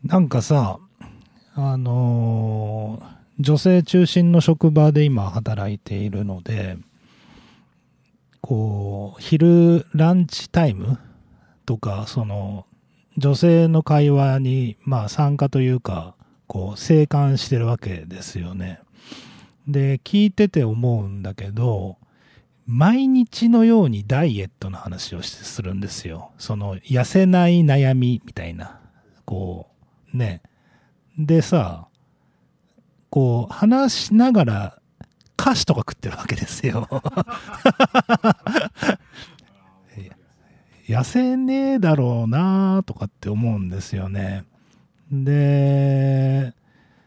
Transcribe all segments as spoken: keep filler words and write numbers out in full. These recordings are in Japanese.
なんかさ、あのー女性中心の職場で今働いているので、こう、昼ランチタイムとか、その、女性の会話に、まあ参加というか、こう、静観してるわけですよね。で、聞いてて思うんだけど、毎日のようにダイエットの話をしてするんですよ。その、痩せない悩みみたいな。こう、ね。でさ、こう、話しながら菓子とか食ってるわけですよ。痩せねえだろうなとかって思うんですよね。で、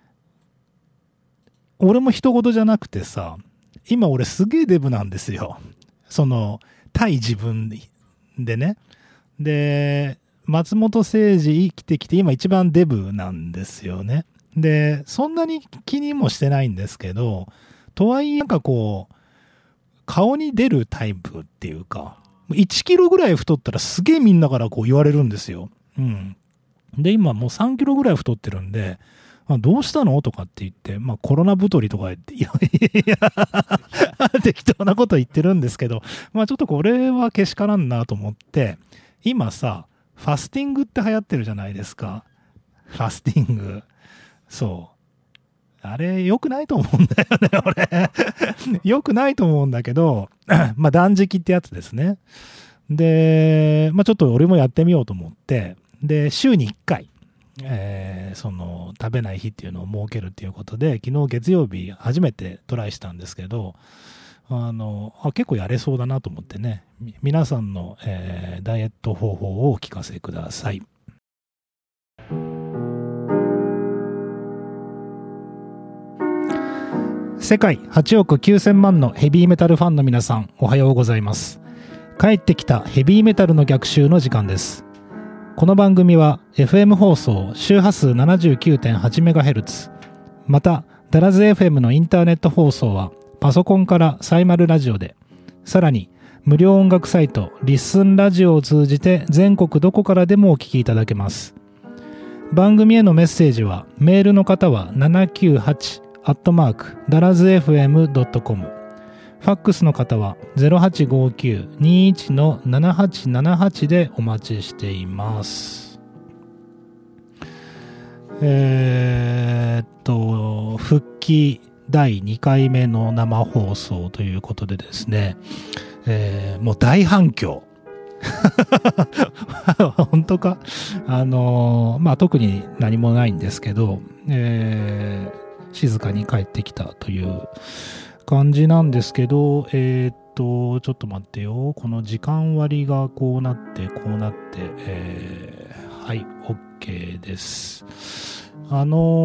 俺も人事じゃなくてさ、今俺すげえデブなんですよ。その、対自分でね。で、松本誠治生きてきて今一番デブなんですよね。で、そんなに気にもしてないんですけど、とはいえなんかこう、顔に出るタイプっていうか、いちキロぐらい太ったらすげえみんなからこう言われるんですよ。うん。で、今もうさんキロぐらい太ってるんで、まあ、どうしたのとかって言って、まあコロナ太りとか言って、いやいや、適当なこと言ってるんですけど、まあちょっとこれはけしからんなと思って、今さ、ファスティングって流行ってるじゃないですか。ファスティング。そう。あれ、良くないと思うんだよね、俺。良くないと思うんだけど、まあ断食ってやつですね。で、まあちょっと俺もやってみようと思って、で、週にいっかい、えー、その、食べない日っていうのを設けるっていうことで、昨日月曜日初めてトライしたんですけど、あの、あ結構やれそうだなと思ってね、皆さんの、えー、ダイエット方法をお聞かせください。世界はちおくきゅうせんまんのヘビーメタルファンの皆さん、おはようございます。帰ってきたヘビーメタルの逆襲の時間です。この番組は エフエム 放送周波数 ななじゅうきゅうてんはちメガヘルツ、またダラズ エフエム のインターネット放送はパソコンからサイマルラジオで、さらに無料音楽サイトリッスンラジオを通じて全国どこからでもお聞きいただけます。番組へのメッセージはメールの方はななきゅうはちアットマークダラズエフエムドットコム、ファックスの方は ゼロはちごきゅうにいちのななはちななはち でお待ちしています。えー、っと復帰だいにかいめの生放送ということでですね、えー、もう大反響。本当か。あのー、まあ特に何もないんですけど、えー、静かに帰ってきたという感じなんですけど、えー、っとちょっと待ってよ、この時間割がこうなってこうなって、えー、はい OK です。あ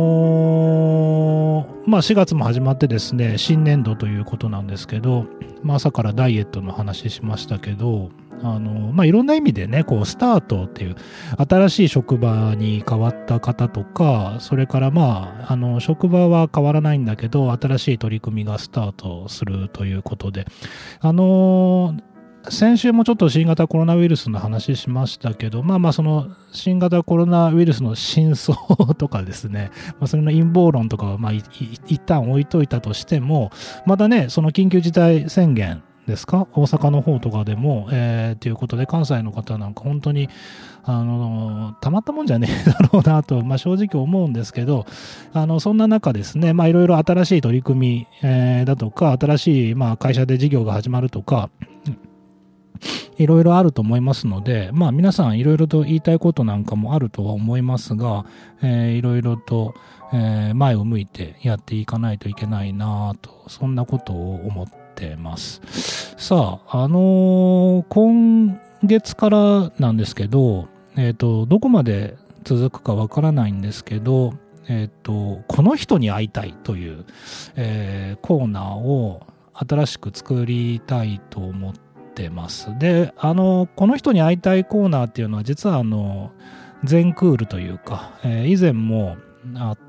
のー、まあしがつも始まってですね、新年度ということなんですけど、まあ、朝からダイエットの話しましたけど、あのまあいろんな意味でね、こうスタートっていう新しい職場に変わった方とか、それからまああの職場は変わらないんだけど新しい取り組みがスタートするということで、あの先週もちょっと新型コロナウイルスの話しましたけど、まあまあその新型コロナウイルスの真相とかですね、まあ、それの陰謀論とかはまあいい一旦置いといたとしても、またねその緊急事態宣言ですか、大阪の方とかでも、えー、ということで関西の方なんか本当にあのたまったもんじゃねえだろうなと、まあ、正直思うんですけど、あのそんな中ですね、まあいろいろ新しい取り組み、えー、だとか新しいまあ会社で事業が始まるとかいろいろあると思いますので、まあ皆さんいろいろと言いたいことなんかもあるとは思いますが、えー、いろいろと、えー、前を向いてやっていかないといけないなと、そんなことを思ってます。さあ、あのー、今月からなんですけど、えっと、どこまで続くかわからないんですけど、えっと、この人に会いたいという、えー、コーナーを新しく作りたいと思ってます。で、あの、この人に会いたいコーナーっていうのは実はあの、全クールというか、えー、以前もあって、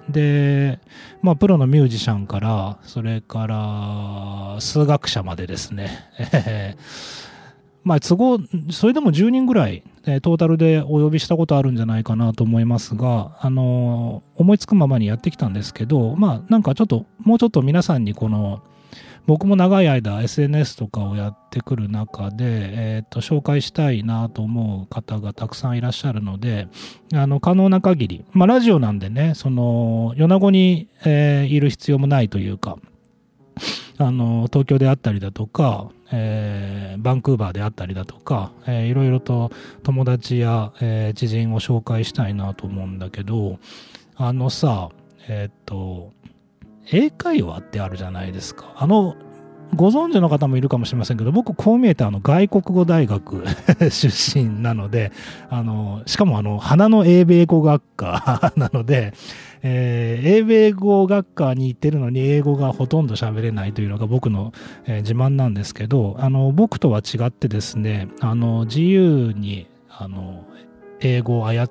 で、まあ、プロのミュージシャンから、それから数学者までですね、まあ、都合、それでもじゅうにんぐらいえートータルでお呼びしたことあるんじゃないかなと思いますが、あのー思いつくままにやってきたんですけど、まあなんかちょっともうちょっと皆さんにこの僕も長い間 エスエヌエス とかをやってくる中で、えーと紹介したいなと思う方がたくさんいらっしゃるので、あの可能な限り、まあラジオなんでね、その米子に、えーいる必要もないというか、あの東京であったりだとか、えーバンクーバーであったりだとか、えーいろいろと友達や、えー知人を紹介したいなと思うんだけど、あのさ、えっと英会話ってあるじゃないですか。あのご存知の方もいるかもしれませんけど、僕こう見えてあの外国語大学出身なので、あのしかもあの花の英米語学科なので、えー英米語学科に行ってるのに英語がほとんど喋れないというのが僕の、えー自慢なんですけど、あの僕とは違ってですね、あの自由にあの英語を操って、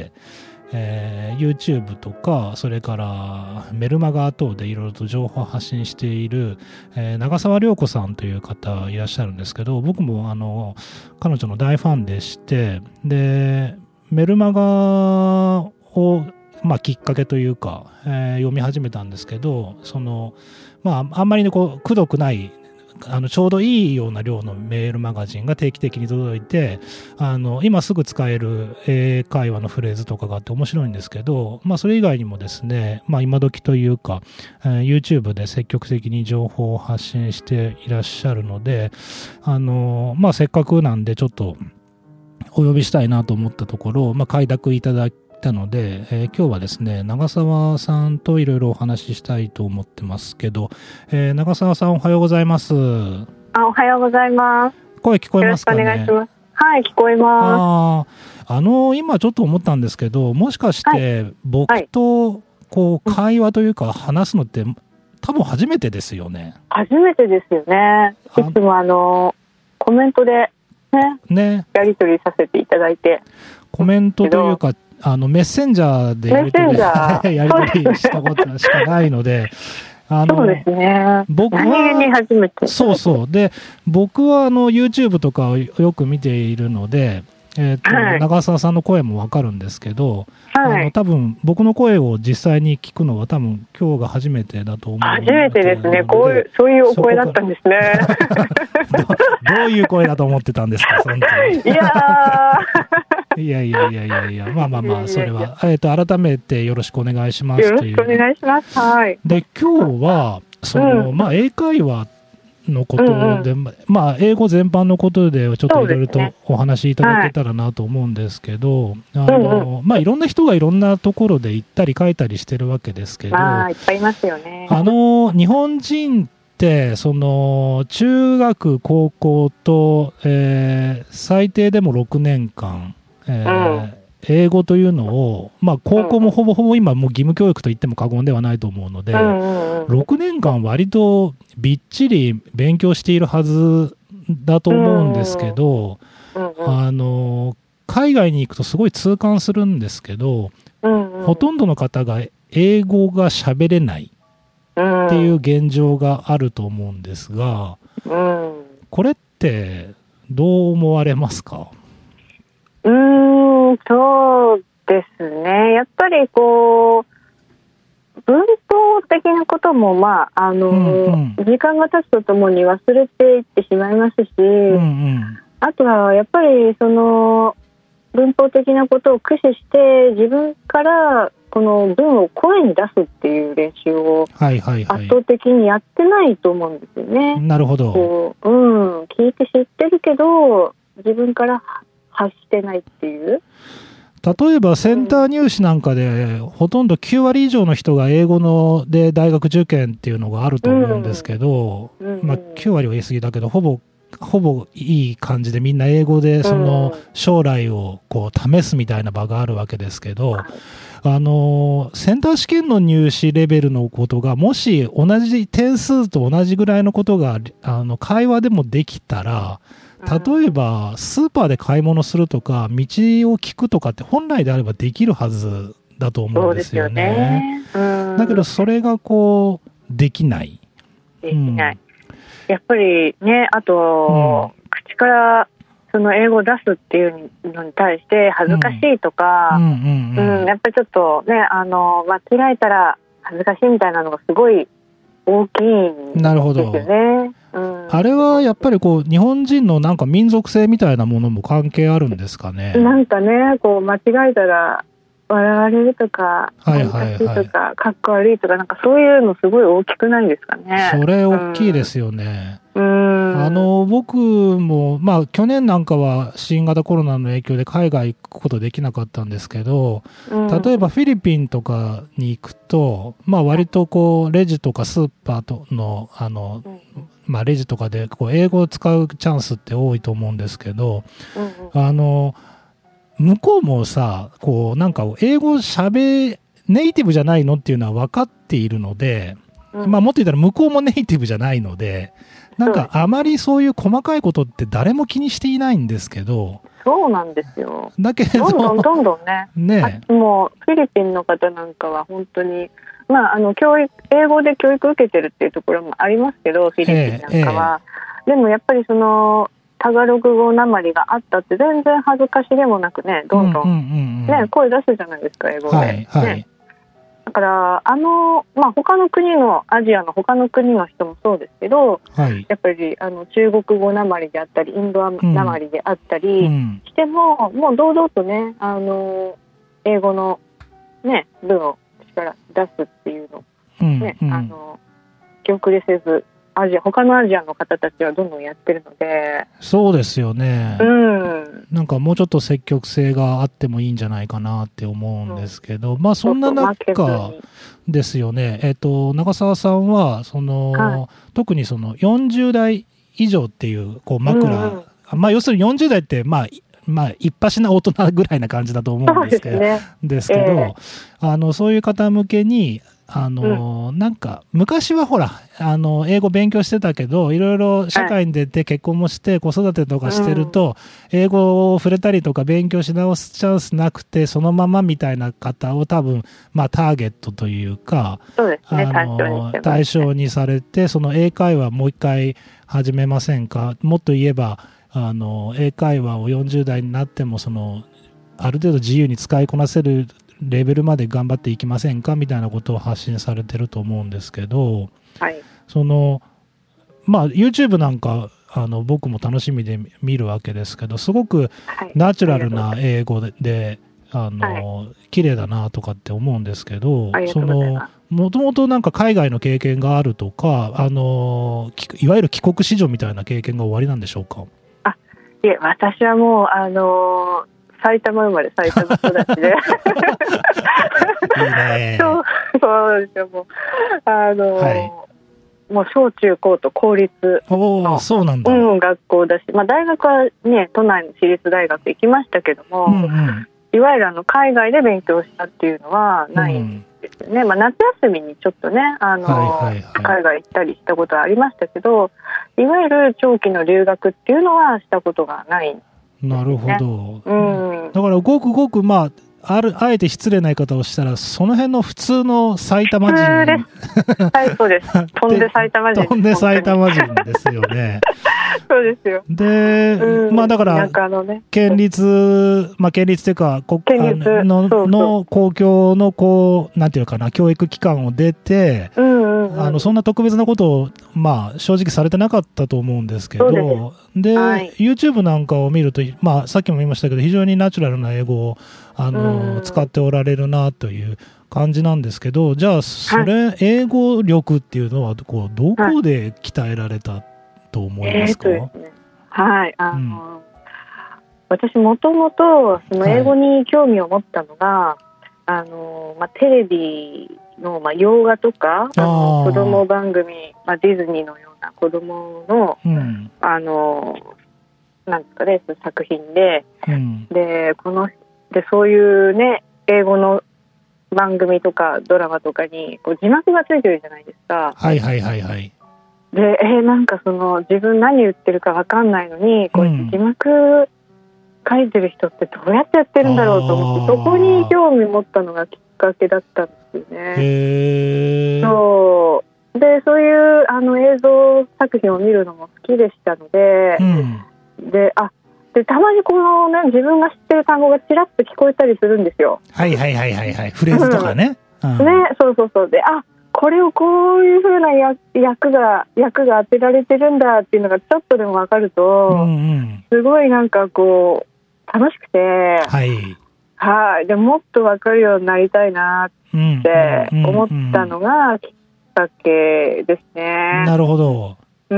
えー YouTube とか、それからメルマガ等でいろいろと情報を発信している、えー長澤涼子さんという方いらっしゃるんですけど、僕もあの彼女の大ファンでして、でメルマガを、まあ、きっかけというか、えー読み始めたんですけど、そのまああんまりねこうくどくないあのちょうどいいような量のメールマガジンが定期的に届いて、あの今すぐ使える英会話のフレーズとかがあって面白いんですけど、まあ、それ以外にもですね、まあ、今時というか、えー YouTube で積極的に情報を発信していらっしゃるので、あのまあ、せっかくなんでちょっとお呼びしたいなと思ったところ、まあ、快諾いただいたので、えー今日はですね長澤さんといろいろお話ししたいと思ってますけど、えー長澤さんおはようございます。 あ、おはようございます。 声聞こえますかね。 よろしくお願いします。はい、聞こえまあーあの今ちょっと思ったんですけど、もしかして僕とこう会話というか話すのって多分初めてですよね。 す。初めてですよね。いつもあのコメントでね、 ね、 やり取りさせていただいて。 コメントというかあのメッセンジャーでやり取りやり取りしたことしかないので。あのそうですね。 僕は何気に初めて。 そうそうで僕はあの YouTube とかをよく見ているので、えーとはい長澤さんの声もわかるんですけど、 はいあの多分僕の声を実際に聞くのは多分今日が初めてだと思うので。 初めてですね。こういうそういうお声だったんですね。 ど, どういう声だと思ってたんですか、その時。 いやーいやいやいやいやいや、まあまあまあ、それは、えっと、改めてよろしくお願いしますという。 よろしくお願いします。はい。 で、今日は、その、 うんまあ、英会話のことで、 うんまあ、英語全般のことで、ちょっといろいろとそうですねお話しいただけたらなと思うんですけど、あうの、まあ、いろんな人がいろんなところで行ったり書いたりしてるわけですけど、 まあ、いっぱいいますよね。 あの、日本人ってその中学高校と、えー最低でもろくねんかん、えーうん英語というのを、まあ、高校もほぼほぼ今もう義務教育と言っても過言ではないと思うので、 うんうんうん。 ろくねんかん割とびっちり勉強しているはずだと思うんですけど、 うんうんあの海外に行くとすごい痛感するんですけど、 うんうん。 ほとんどの方が英語が喋れないうんっていう現状があると思うんですが、 うんこれってどう思われますか？ うーん、そうですね。やっぱりこう文法的なこともまああの、 うんうん時間が経つとともに忘れていってしまいますし、 うんうんあとはやっぱりその文法的なことを駆使して自分からこの文を声に出すっていう練習をはいはいはい。 圧倒的にやってないと思うんですよね。 なるほど。 こう、うん、聞いて知ってるけど自分から発してないっていう。 例えばセンター入試なんかでほとんどきゅうわり以上の人が英語ので大学受験っていうのがあると思うんですけど、 うんまあ、きゅうわりは言い過ぎだけどほぼほぼいい感じでみんな英語でその将来をこう試すみたいな場があるわけですけど、あのセンター試験の入試レベルのことがもし同じ点数と同じぐらいのことがあの会話でもできたら、例えばスーパーで買い物するとか道を聞くとかって本来であればできるはずだと思うんですよね。 そうですよね。うん、 だけどそれがこうできない。 できない。やっぱりね、あと、 うん口からその英語を出すっていうのに対して恥ずかしいとか、うんうんうんうん、やっぱりちょっとね、あの間違えたら恥ずかしいみたいなのがすごい大きいんですよね。 なるほど、うん、あれはやっぱりこう日本人のなんか民族性みたいなものも関係あるんですかね。 なんかね、こう間違えたら笑われるとか、恥ずかしいとか、はいはいはい、かっこ悪いとか、なんかそういうのすごい大きくないですかね。 それ大きいですよね。 うん、 あの僕も、まあ、去年なんかは新型コロナの影響で海外行くことできなかったんですけど、うん、例えばフィリピンとかに行くと、まあ、割とこうレジとかスーパーとの、あの、うん、まあ、レジとかでこう英語を使うチャンスって多いと思うんですけど、うん、あの向こうもさ、こうなんか英語しゃべネイティブじゃないのっていうのは分かっているので、うん、まあ、もっと言ったら向こうもネイティブじゃないので、なんかあまりそういう細かいことって誰も気にしていないんですけど。 そうなんですよ。 だけどどんどんどんどんね、 ね、 もうフィリピンの方なんかは本当に、まあ、あの教育英語で教育受けてるっていうところもありますけど、フィリピンなんかは、えーえー、でもやっぱりそのタガログ語なまりがあったって全然恥ずかしげもなくね、どんどん、うんうんうんうん、ね、声出すじゃないですか、英語で、 はいはい、 ね、だからあの、まあ、他の国のアジアの他の国の人もそうですけど、はい、やっぱりあの中国語なまりであったりインドなまりであったりしても、うん、もう堂々とね、あの英語の、ね、文を力出すっていうのを、ね、うんうん、あの気遅れせずアジア他のアジアの方たちはどんどんやってるので。 そうですよね、 うん、 なんかもうちょっと積極性があってもいいんじゃないかなって思うんですけど、うん、まあそんな中ですよね、えーと、長澤さんはその、はい、特にそのよんじゅう代以上っていう、こう枕、うんうん、まあ要するによんじゅう代ってまあまあ、一発な大人ぐらいな感じだと思うんですけど、ね、ですけど、えー、あのそういう方向けにあの、うん、なんか昔はほらあの英語勉強してたけどいろいろ社会に出て結婚もして子育てとかしてると、うん、英語を触れたりとか勉強し直すチャンスなくてそのままみたいな方を多分、まあ、ターゲットというか、 そうですね、 あの対象にされて、その英会話もう一回始めませんか、もっと言えばあの英会話をよんじゅう代になってもそのある程度自由に使いこなせるレベルまで頑張っていきませんかみたいなことを発信されてると思うんですけど、 はい、 そのまあ YouTube なんかあの僕も楽しみで見るわけですけど、すごくナチュラルな英語で、であの、はい、綺麗だなとかって思うんですけど、そのもともとなんか海外の経験があるとか、あのいわゆる帰国子女みたいな経験が終わりなんでしょうか。 あ、いえ、私はもうあの埼玉生まれ埼玉育ちでいいね。 そうそうですよ、もうあの、はい、もう小中高と公立の、 そうなんだ、 うん、学校だし、まあ、大学はね都内の私立大学行きましたけども、うんうん、いわゆるあの海外で勉強したっていうのはないんですよね、うん、まあ、夏休みにちょっとねあの、はいはいはい、海外行ったりしたことはありましたけど、いわゆる長期の留学っていうのはしたことがないんですね。 なるほど、 うん、 だからごくごくまああるあえて失礼な言い方をしたらその辺の普通の埼玉人はい、そうです。飛んで埼玉人飛んで埼玉人ですよねそうですよ。 で、うん、まあだから県立、まあ県立というか国のの公共のこうなんていうかな教育機関を出て、うんうんうん、あのそんな特別なことをまあ正直されてなかったと思うんですけど、で、はい、YouTube なんかを見ると、まあさっきも言いましたけど非常にナチュラルな英語をあの、うん、使っておられるなという感じなんですけど、じゃあそれ、はい、英語力っていうのはこうどこで鍛えられたと思いますか？ はい、えーとですね、はいあの、うん、私もともとその英語に興味を持ったのが、はい、あのまあ、テレビの、まあ、洋画とかあの子供番組、まあ、ディズニーのような子供の、うん、あのなんですかね、作品で、うん、でこのでそういうね英語の番組とかドラマとかにこう字幕がついてるじゃないですか。 はいはいはいはい。 で、えー、なんかその自分何言ってるか分かんないのにこうやって字幕書いてる人ってどうやってやってるんだろうと思って、そこに興味持ったのがきっかけだったんですよね。 へー。 そうでそういうあの映像作品を見るのも好きでしたので、うん、であでたまにこの、ね、自分が知ってる単語がちらっと聞こえたりするんですよ。 はいはいはいはいはい、フレーズとかね。 うんうん、ね、そうそうそう。で、あ、これをこういう風な役が役が当てられてるんだっていうのがちょっとでも分かると、うんうん、すごいなんかこう楽しくて、はい、はい、でもっと分かるようになりたいなって思ったのがきっかけですね。 なるほど。うん。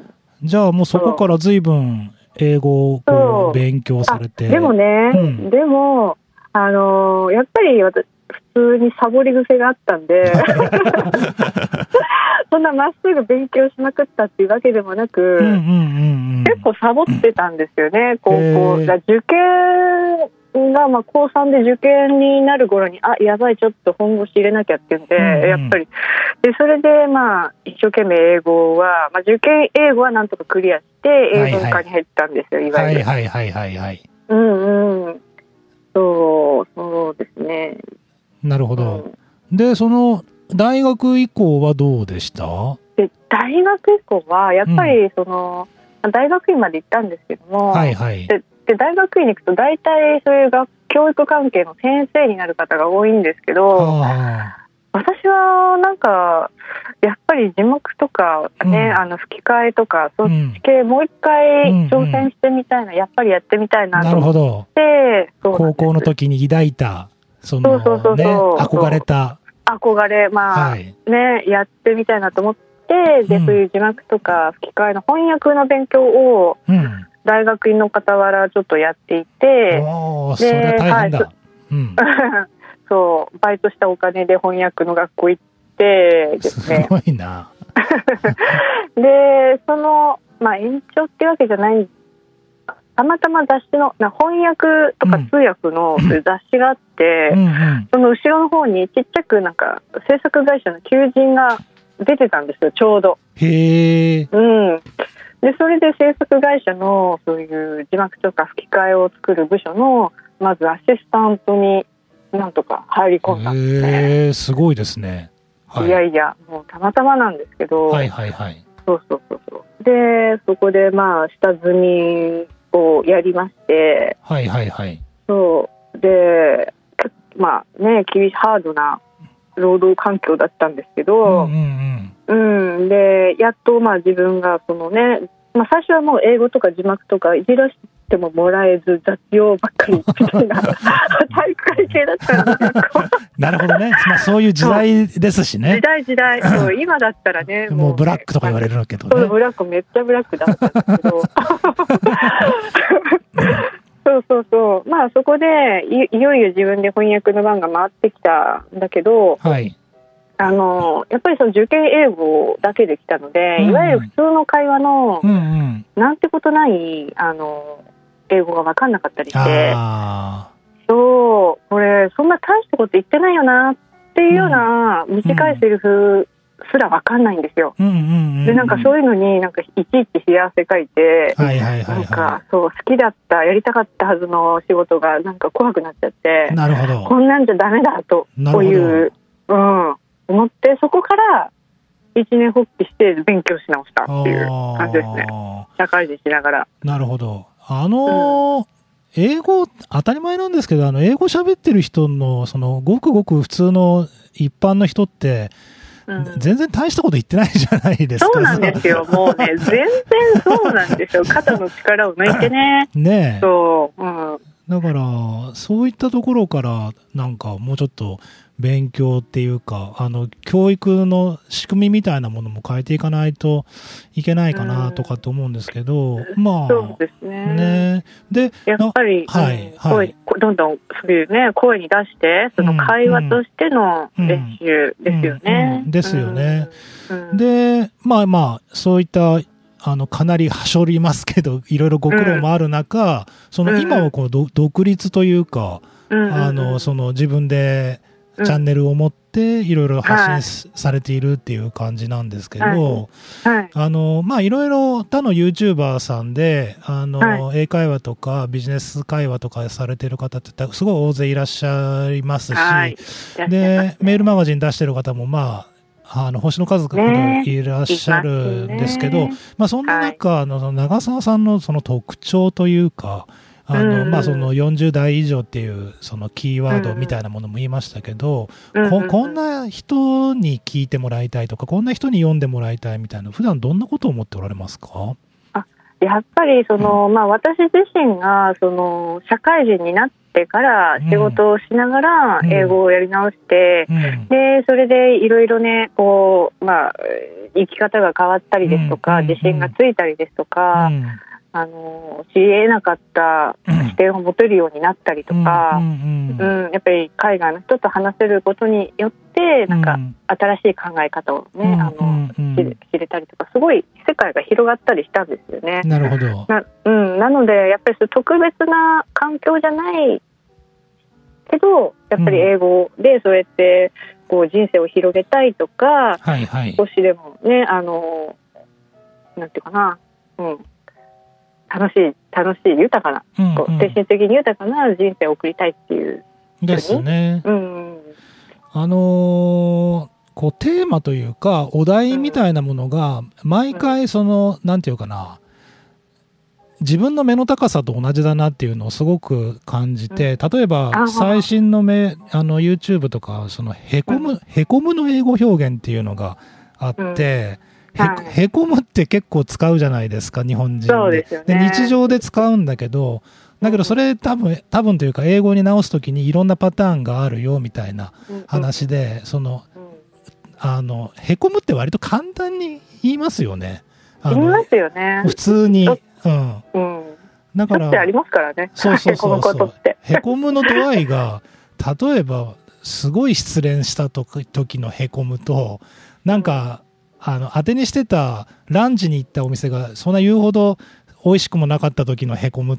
じゃあもうそこから随分英語をこう勉強されて。 でもね、うん、でもあのー、やっぱり私普通にサボり癖があったんでそんなまっすぐ勉強しまくったっていうわけでもなく、うんうんうんうん、結構サボってたんですよね、高校。受験が、まあ、高さんで受験になる頃にあやばいちょっと本腰入れなきゃっていうんで、うんうん、やっぱりでそれで、まあ、一生懸命英語は、まあ、受験英語はなんとかクリアして英文科に入ったんですよ、はいはい、いわゆる。 はいはいはいはいはい。 うんうん、そうそうですね。 なるほど、うん、でその大学以降はどうでした？ で大学以降はやっぱりその、うん、大学院まで行ったんですけども、はいはい、でで大学院に行くと大体そういう学教育関係の先生になる方が多いんですけど、はあ、私はなんかやっぱり字幕とかね、うん、あの吹き替えとかそっち系、うん、もう一回挑戦してみたいな、うんうん、やっぱりやってみたいなと思って。なるほど。そう高校の時に抱いたその、ね、そうそうそうそう憧れた憧れ、まあ、はい、ね、やってみたいなと思って、で、うん、そういう字幕とか吹き替えの翻訳の勉強を、うん、大学院の傍らちょっとやっていて、 おー、それは大変だ、はい、うん、 そうバイトしたお金で翻訳の学校行ってですね、 すごいなでその、まあ、延長っていうわけじゃないんですたまたま雑誌の翻訳とか通訳の雑誌があって、うんうん、その後ろの方にちっちゃくなんか制作会社の求人が出てたんですよ、ちょうど。 へー、 うん、でそれで制作会社のそういう字幕とか吹き替えを作る部署のまずアシスタントになんとか入り込んだんですね。 へー、すごいですね、 はい、いやいやもうたまたまなんですけど、 はいはいはい、 そうそうそうそうでそこでまあ下積みをやりまして、 はいはいはい、 そうでまあね厳しいハードな労働環境だったんですけど、うんうんうん、うん、でやっとまあ自分がそのね、まあ、最初はもう英語とか字幕とかいじらしてももらえず雑用ばっかりみたいな体育会系だったんですよなるほどね、まあ、そういう時代ですしね。 時代時代そう今だったらねもうブラックとか言われるけどね、 そうブラックめっちゃブラックだったんですけどそうそうそうまあそこで い, いよいよ自分で翻訳の番が回ってきたんだけど、はい、あのやっぱりその受験英語だけで来たので、うん、いわゆる普通の会話の、うんうん、なんてことないあの英語が分かんなかったりして、あそうこれそんな大したこと言ってないよなっていうような短いセリフすら分かんないんですよ、うんうんうんうん、でなんかそういうのになんかいちいち冷や汗かいて、はいはいはいはい、なんかそう好きだったやりたかったはずの仕事がなんか怖くなっちゃって、なるほどこんなんじゃダメだとこういう、うん、思ってそこから一年発起して勉強し直したっていう感じですね、社会人しながら。 なるほど。あのーうん英語当たり前なんですけどあの英語喋ってる人のそのごくごく普通の一般の人って、うん、全然大したこと言ってないじゃないですか。 そうなんですよもうね全然そうなんですよ肩の力を抜いてねねえそう、うん、 だからそういったところからなんかもうちょっと勉強っていうかあの教育の仕組みみたいなものも変えていかないといけないかなとかと思うんですけど、うん、まあそうですね。 ねでやっぱり、 はいはい、声どんどんそういうね声に出してその会話としての練習ですよね。うんうんうん、 ですよね。うん、でまあまあそういったあのかなりはしょりますけどいろいろご苦労もある中、うん、その今はこうど独立というか、うん、あのその自分でチャンネルを持っていろいろ発信されているっていう感じなんですけど、はいはい、あのまあいろいろ他の YouTuber さんであの、はい、英会話とかビジネス会話とかされている方ってすごい大勢いらっしゃいますし、はい、でメールマガジン出してる方もまああの星の数々いらっしゃるんですけど、ねね、まあ、そんな中、はい、の長澤さんのその特徴というか、あのまあ、そのよんじゅう代以上っていうそのキーワードみたいなものも言いましたけど、うん、こ, こんな人に聞いてもらいたいとか、こんな人に読んでもらいたいみたいな、普段どんなことを思っておられますか？ あ、やっぱりその、うん、まあ、私自身がその社会人になってから仕事をしながら英語をやり直して、うんうん、でそれでいろいろねこう、まあ、生き方が変わったりですとか、うん、自信がついたりですとか、うん、あの知り得なかった視点を持てるようになったりとか、うんうんうん、やっぱり海外の人と話せることによってなんか新しい考え方をね、うん、あのうんうん、知れ、知れたりとか、すごい世界が広がったりしたんですよね。 なるほど。 な、うん、なのでやっぱり特別な環境じゃないけど、やっぱり英語でそうやってこう人生を広げたいとか、はいはい、少しでもね、あのなんていうかな、うん、楽しい楽しい豊かな、うんうん、こう精神的に豊かな人生を送りたいっていうですね。うん、あのー、こうテーマというかお題みたいなものが毎回その、うん、なんていうかな、自分の目の高さと同じだなっていうのをすごく感じて、例えば最新の目あの YouTube とかそのへこむ、へこむの英語表現っていうのがあって、うん、はい、へ, へこむって結構使うじゃないですか、日本人で。 そうですよね。 で日常で使うんだけど、だけどそれ多分多分というか英語に直すときにいろんなパターンがあるよみたいな話で、うん、その、うん、あのへこむって割と簡単に言いますよね。 言いますよね。 普通に。うんうん、だからだってありますからね。 そうそうそうそう。へこむの度合いが例えばすごい失恋した時のへこむと、なんか、うん、あの当てにしてたランチに行ったお店がそんな言うほど美味しくもなかった時のへこむって、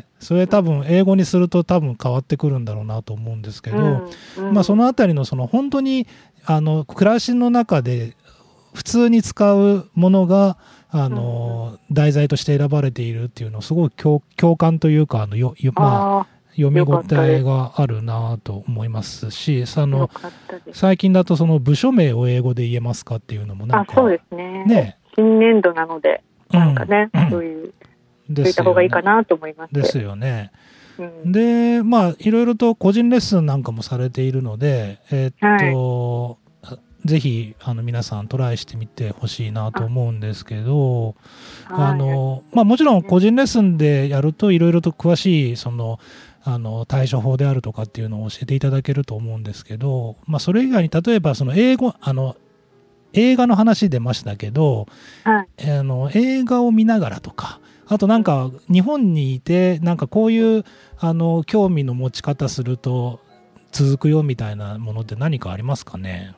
それ多分英語にすると多分変わってくるんだろうなと思うんですけど、うんうん、まあ、そのあたりのその本当にあの暮らしの中で普通に使うものがあの、うん、題材として選ばれているっていうのをすごい 共, 共感というか、あのよよ、まあ、読み応えがあるなと思いますし、その最近だとその部署名を英語で言えますかっていうのもなんか、 あ、そうですね。ね、新年度なのでなんかね、うん、そういうそういった方がいいかなと思います。 ですよね。うん、で、まあいろいろと個人レッスンなんかもされているので、えー、っと、はい、ぜひあの皆さんトライしてみてほしいなと思うんですけど、あ、あの、まあ、もちろん個人レッスンでやるといろいろと詳しいそのあの対処法であるとかっていうのを教えていただけると思うんですけど、まあ、それ以外に例えばその英語あの映画の話出ましたけど、はい、あの映画を見ながらとか、あとなんか日本にいてなんかこういうあの興味の持ち方すると続くよみたいなものって何かありますかね？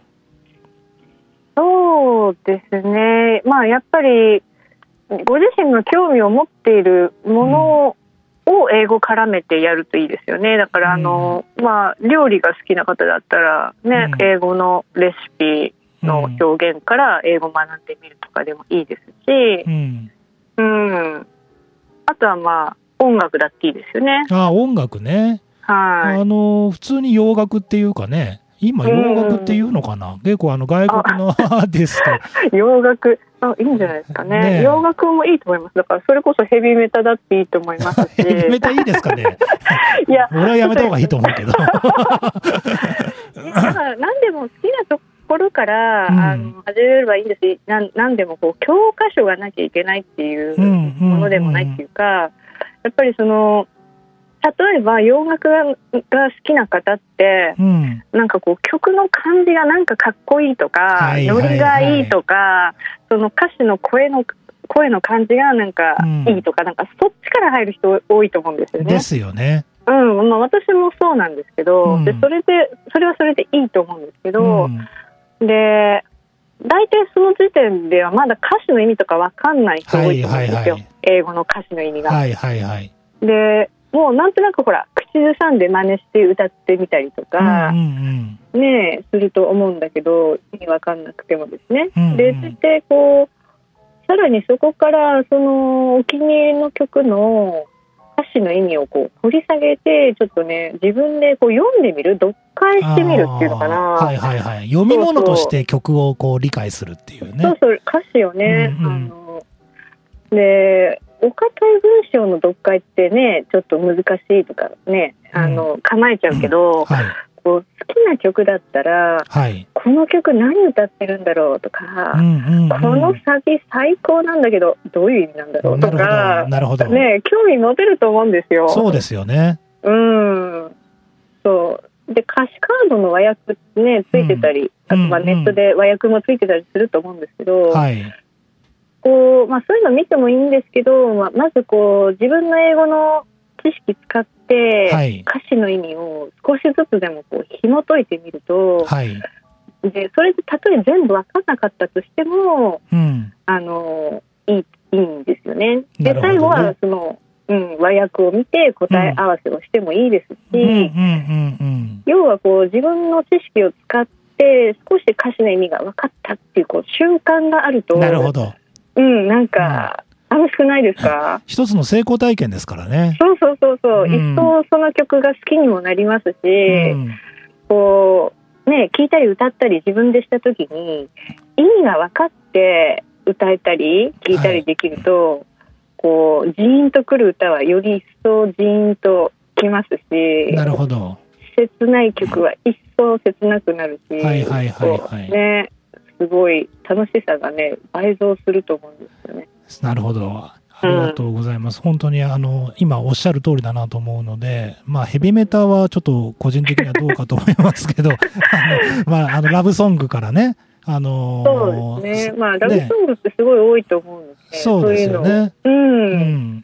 そうですね、まあやっぱりご自身の興味を持っているものを英語絡めてやるといいですよね。だからあの、うん、まあ料理が好きな方だったらね、うん、英語のレシピの表現から英語を学んでみるとかでもいいですし、うん、うん、あとはまあ音楽だっていいですよね。 あ、音楽ね。はい。あの普通に洋楽っていうかね、今洋楽っていうのかな、うん、結構あの外国のアーティスト洋楽、あ、いいんじゃないですか ね, ね洋楽もいいと思います。だからそれこそヘビメタだっていいと思いますしヘビメタいいですかねいや俺はやめた方がいいと思うけどだから何でも好きなところから、うん、あの始めればいいんですし、な何でもこう教科書がなきゃいけないっていうものでもないっていうか、うんうんうん、やっぱりその例えば洋楽が好きな方って、うん、なんかこう曲の感じがなんかかっこいいとか、はいはいはい、ノリがいいとか、その歌手の声の声の感じがなんかいいとか、うん、なんかそっちから入る人多いと思うんですよね。 ですよね。 うん、まあ、私もそうなんですけど、うん、でそれでそれはそれでいいと思うんですけど、うん、で大体その時点ではまだ歌詞の意味とか分かんない人多いと思うんですよ、はいはいはい、英語の歌詞の意味が。はいはいはい。でもうなんとなくほら口ずさんで真似して歌ってみたりとか、うんうんうん、ねすると思うんだけど、意味わかんなくてもですね、うんうん、でそしてこうさらにそこからそのお気に入りの曲の歌詞の意味をこう掘り下げてちょっとね自分でこう読んでみる、読解返してみるっていうのかな。 はいはいはい。読み物として曲をこう理解するっていうね。 そうそう、歌詞をね。うんうん、あので、お堅い文章の読解ってね、ちょっと難しいとかね、あの、うん、構えちゃうけど、うんはい、こう好きな曲だったら、はい、この曲何歌ってるんだろうとか、うんうんうん、このサビ最高なんだけどどういう意味なんだろうとか、 なるほど、 ね、興味持てると思うんですよ。 そうですよね。 うん、そうで歌詞カードの和訳ねついてたり、うん、あとまあネットで和訳もついてたりすると思うんですけど、うんはい、こうまあ、そういうの見てもいいんですけど、まあ、まずこう自分の英語の知識使って、はい、歌詞の意味を少しずつでもこう紐解いてみると、はい、でそれでたとえ全部分からなかったとしても、うん、あのいい、いいんですよね。で最後はその、うん、和訳を見て答え合わせをしてもいいですし、要はこう自分の知識を使って少し歌詞の意味が分かったっていう、こう瞬間があると、 なるほど、 うん、なんか、うん、楽しくないですか？ 一つの成功体験ですからね。 そうそうそうそう、うん、一層その曲が好きにもなりますし、うん、こうね、聴いたり歌ったり自分でした時に意味が分かって歌えたり聴いたりできると、はい、こうジーンとくる歌はより一層ジーンときますし、 なるほど、 切ない曲は一層切なくなるし、 はいはいはいはい、 ね、すごい楽しさがね倍増すると思うんですよね。 なるほど、ありがとうございます。うん、本当にあの今おっしゃる通りだなと思うので、まあヘビメタはちょっと個人的にはどうかと思いますけど、あのまああのラブソングからね、あのー、そうですね。まあラブソングってすごい多いと思うので、ね、 そうですよね。 そういうの、うん、うん、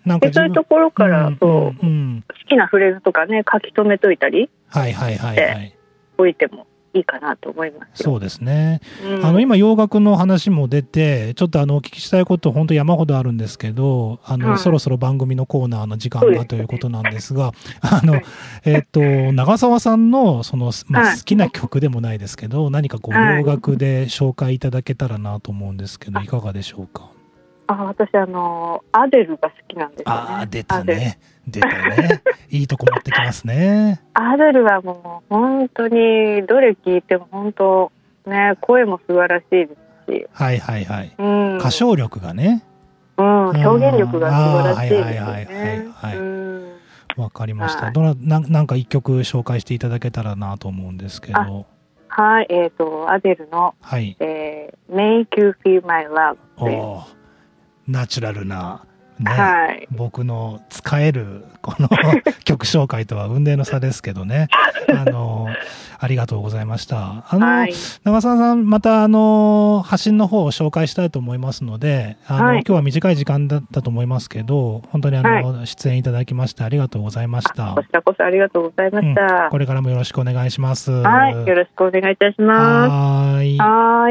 なんかそういうところから、うん、そう、うん、好きなフレーズとかね書き留めといたり、 はいはいはいはい、 置いてもいいかなと思います。 そうですね、うん、あの今洋楽の話も出て、ちょっとあのお聞きしたいこと本当山ほどあるんですけど、あの、はい、そろそろ番組のコーナーの時間がということなんですが、あの、はい、えっと長澤さんのその、まあ、好きな曲でもないですけど、はい、何かこう洋楽で紹介いただけたらなと思うんですけど、はい、いかがでしょうか？ あ、私あのアデルが好きなんですよね。 あ、出たね出たねいいとこ持ってきますね。 アデルはもう本当にどれ聴いても本当ね、声も素晴らしいですし、 はいはいはい、うん、歌唱力がね、 うん、表現力が素晴らしいですよね。はいはいはいはい、うん、 わかりました。はい、どな、な、なんか一曲紹介していただけたらなと思うんですけど。 はい、えっとアデルの、はい、えー、Make You Feel My Love おー、ナチュラルな、ね、 はい、 僕の使えるこの曲紹介とは雲泥の差ですけどねあのありがとうございました。あの、はい、長澤さんまたあの発信の方を紹介したいと思いますので、あの、はい、今日は短い時間だったと思いますけど、本当にあの、はい、出演いただきましてありがとうございました。 こちらこそありがとうございました、 うん、これからもよろしくお願いします。 はい、よろしくお願いいたします。 はい、 はい、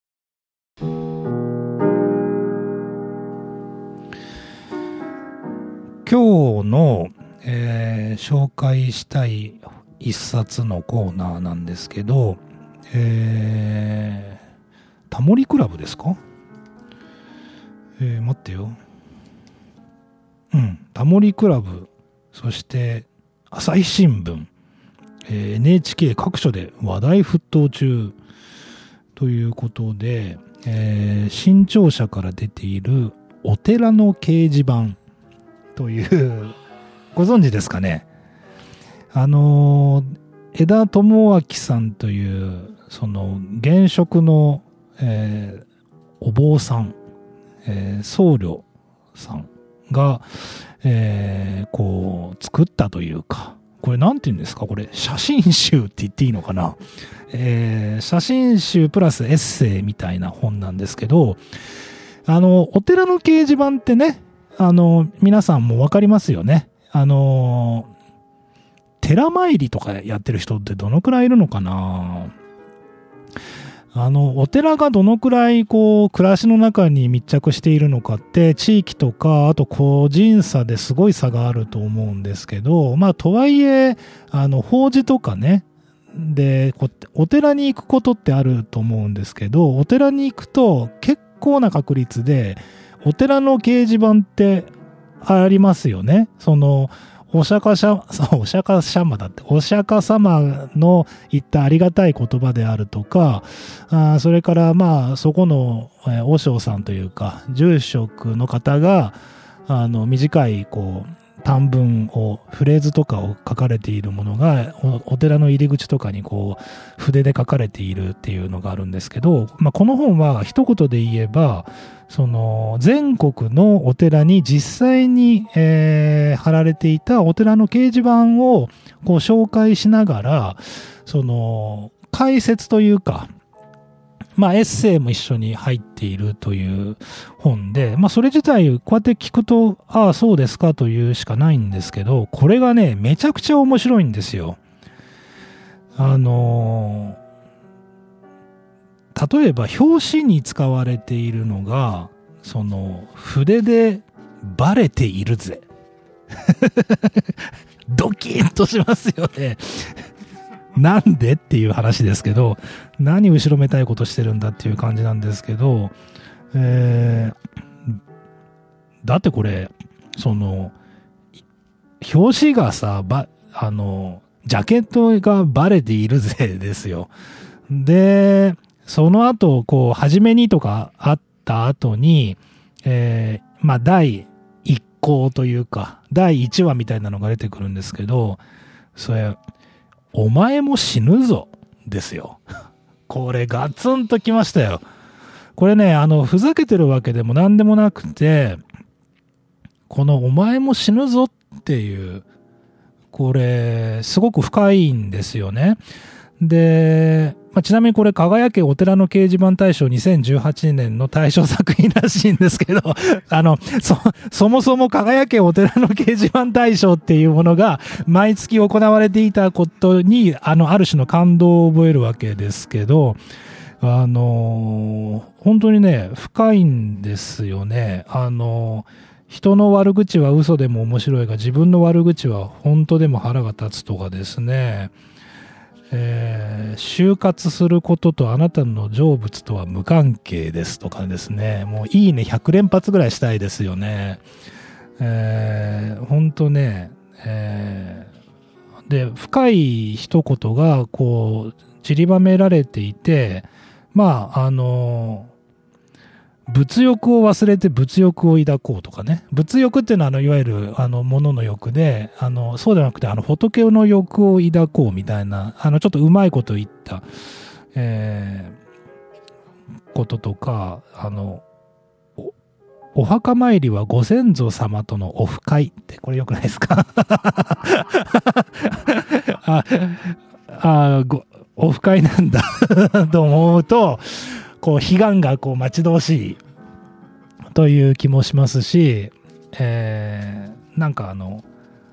今日の、えー、紹介したい一冊のコーナーなんですけど、えー、タモリクラブですか？えー、待ってよ。うん、タモリクラブ、そして朝日新聞、えー、エヌエイチケー 各所で話題沸騰中ということで、えー、新潮社から出ているお寺の掲示板というご存知ですかね。あの枝智明さんというその現職の、えー、お坊さん、えー、僧侶さんが、えー、こう作ったというか、これなんて言うんですか、これ写真集って言っていいのかな、えー、写真集プラスエッセイみたいな本なんですけど、あのお寺の掲示板ってね、あの皆さんも分かりますよね。あの寺参りとかやってる人ってどのくらいいるのかな。あのお寺がどのくらいこう暮らしの中に密着しているのかって地域とかあと個人差ですごい差があると思うんですけど、まあとはいえあの法事とかねでお寺に行くことってあると思うんですけど、お寺に行くと結構な確率でお寺の掲示板ってありますよね。そのお釈迦様、そう、お釈迦様だって、お釈迦様の言ったありがたい言葉であるとか、あそれからまあ、そこの、えー、和尚さんというか、住職の方が、あの、短い、こう、短文を、フレーズとかを書かれているものが お, お寺の入り口とかにこう筆で書かれているっていうのがあるんですけど、まあ、この本は一言で言えばその全国のお寺に実際に、えー、貼られていたお寺の掲示板をこう紹介しながらその解説というかまあエッセイも一緒に入っているという本で、まあそれ自体こうやって聞くと、ああそうですかというしかないんですけど、これがね、めちゃくちゃ面白いんですよ。あのー、例えば表紙に使われているのが、その筆でバレているぜ。ドキッとしますよね。なんでっていう話ですけど、何後ろめたいことしてるんだっていう感じなんですけど、えー、だってこれ、その、表紙がさ、ば、あの、ジャケットがバレているぜですよ。で、その後、こう、初めにとかあった後に、えー、まあ、第一項というか、第一話みたいなのが出てくるんですけど、それ、お前も死ぬぞですよ。これガツンときましたよ。これね、あの、ふざけてるわけでも何でもなくて、このお前も死ぬぞっていう、これ、すごく深いんですよね。で、まあ、ちなみにこれ、輝けお寺の掲示板大賞にせんじゅうはちねんの大賞作品らしいんですけど、あの、そ、そもそも輝けお寺の掲示板大賞っていうものが毎月行われていたことに、あの、ある種の感動を覚えるわけですけど、あの、本当にね、深いんですよね。あの、人の悪口は嘘でも面白いが、自分の悪口は本当でも腹が立つとかですね、えー、就活することとあなたの成仏とは無関係ですとかですね、もういいねひゃく連発ぐらいしたいですよね。えー、ほんとね、えー、で、深い一言がこう散りばめられていて、まあ、あの、物欲を忘れて物欲を抱こうとかね。物欲っていうのはあのいわゆるあの物の欲で、あのそうではなくてあの仏の欲を抱こうみたいな、あのちょっとうまいこと言った、えー、こととか、あの お, お墓参りはご先祖様とのオフ会ってこれよくないですか？ああごオフ会なんだと思うと。こう悲願がこう待ち遠しいという気もしますし、えー、なんかあの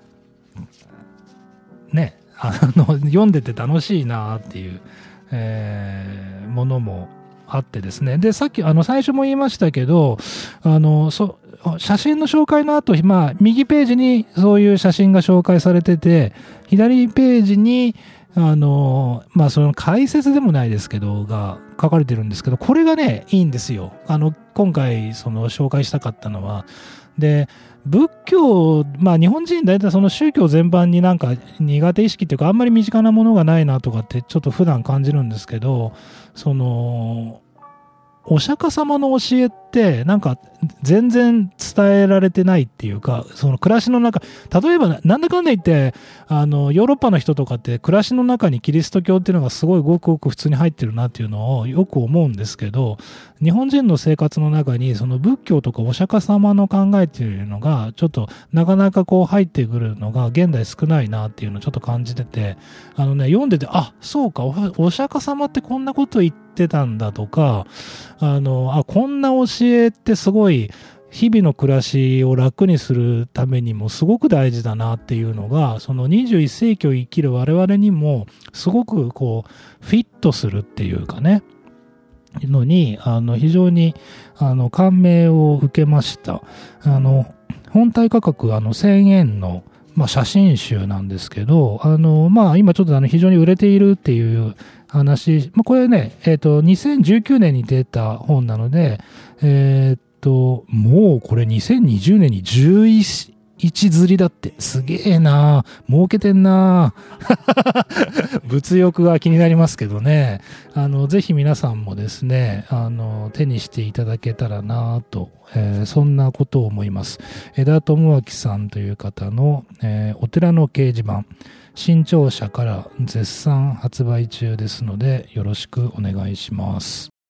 ねあの読んでて楽しいなっていう、えー、ものもあってですね。でさっきあの最初も言いましたけど、あのそ写真の紹介の後、まあ右ページにそういう写真が紹介されてて、左ページにあの、まあ、その解説でもないですけど、が書かれてるんですけど、これがね、いいんですよ。あの、今回、その、紹介したかったのは。で、仏教、まあ、日本人大体その宗教全般になんか苦手意識っていうか、あんまり身近なものがないなとかって、ちょっと普段感じるんですけど、その、お釈迦様の教えってなんか全然伝えられてないっていうか、その暮らしの中、例えばなんだかんだ言ってあのヨーロッパの人とかって暮らしの中にキリスト教っていうのがすごいごくごく普通に入ってるなっていうのをよく思うんですけど、日本人の生活の中にその仏教とかお釈迦様の考えっていうのがちょっとなかなかこう入ってくるのが現代少ないなっていうのをちょっと感じてて、あのね読んでて、あ、そうか、お, お釈迦様ってこんなこと言ってたんだとか、あのあこんな教えってすごい日々の暮らしを楽にするためにもすごく大事だなっていうのが、そのにじゅういっ世紀を生きる我々にもすごくこうフィットするっていうかね、のにあの非常にあの感銘を受けました。あの本体価格あのせんえんの、まあ、写真集なんですけど、あの、まあ、今ちょっとあの非常に売れているっていう話、まあ、これね、えっと、にせんじゅうきゅうねんに出た本なので、えっと、もうこれにせんにじゅうねんにじゅういっ一釣りだってすげえな儲けてんな物欲が気になりますけどね。あのぜひ皆さんもですねあの手にしていただけたらなと、えー、そんなことを思います。枝智明さんという方の、えー、お寺の掲示板新潮社から絶賛発売中ですのでよろしくお願いします。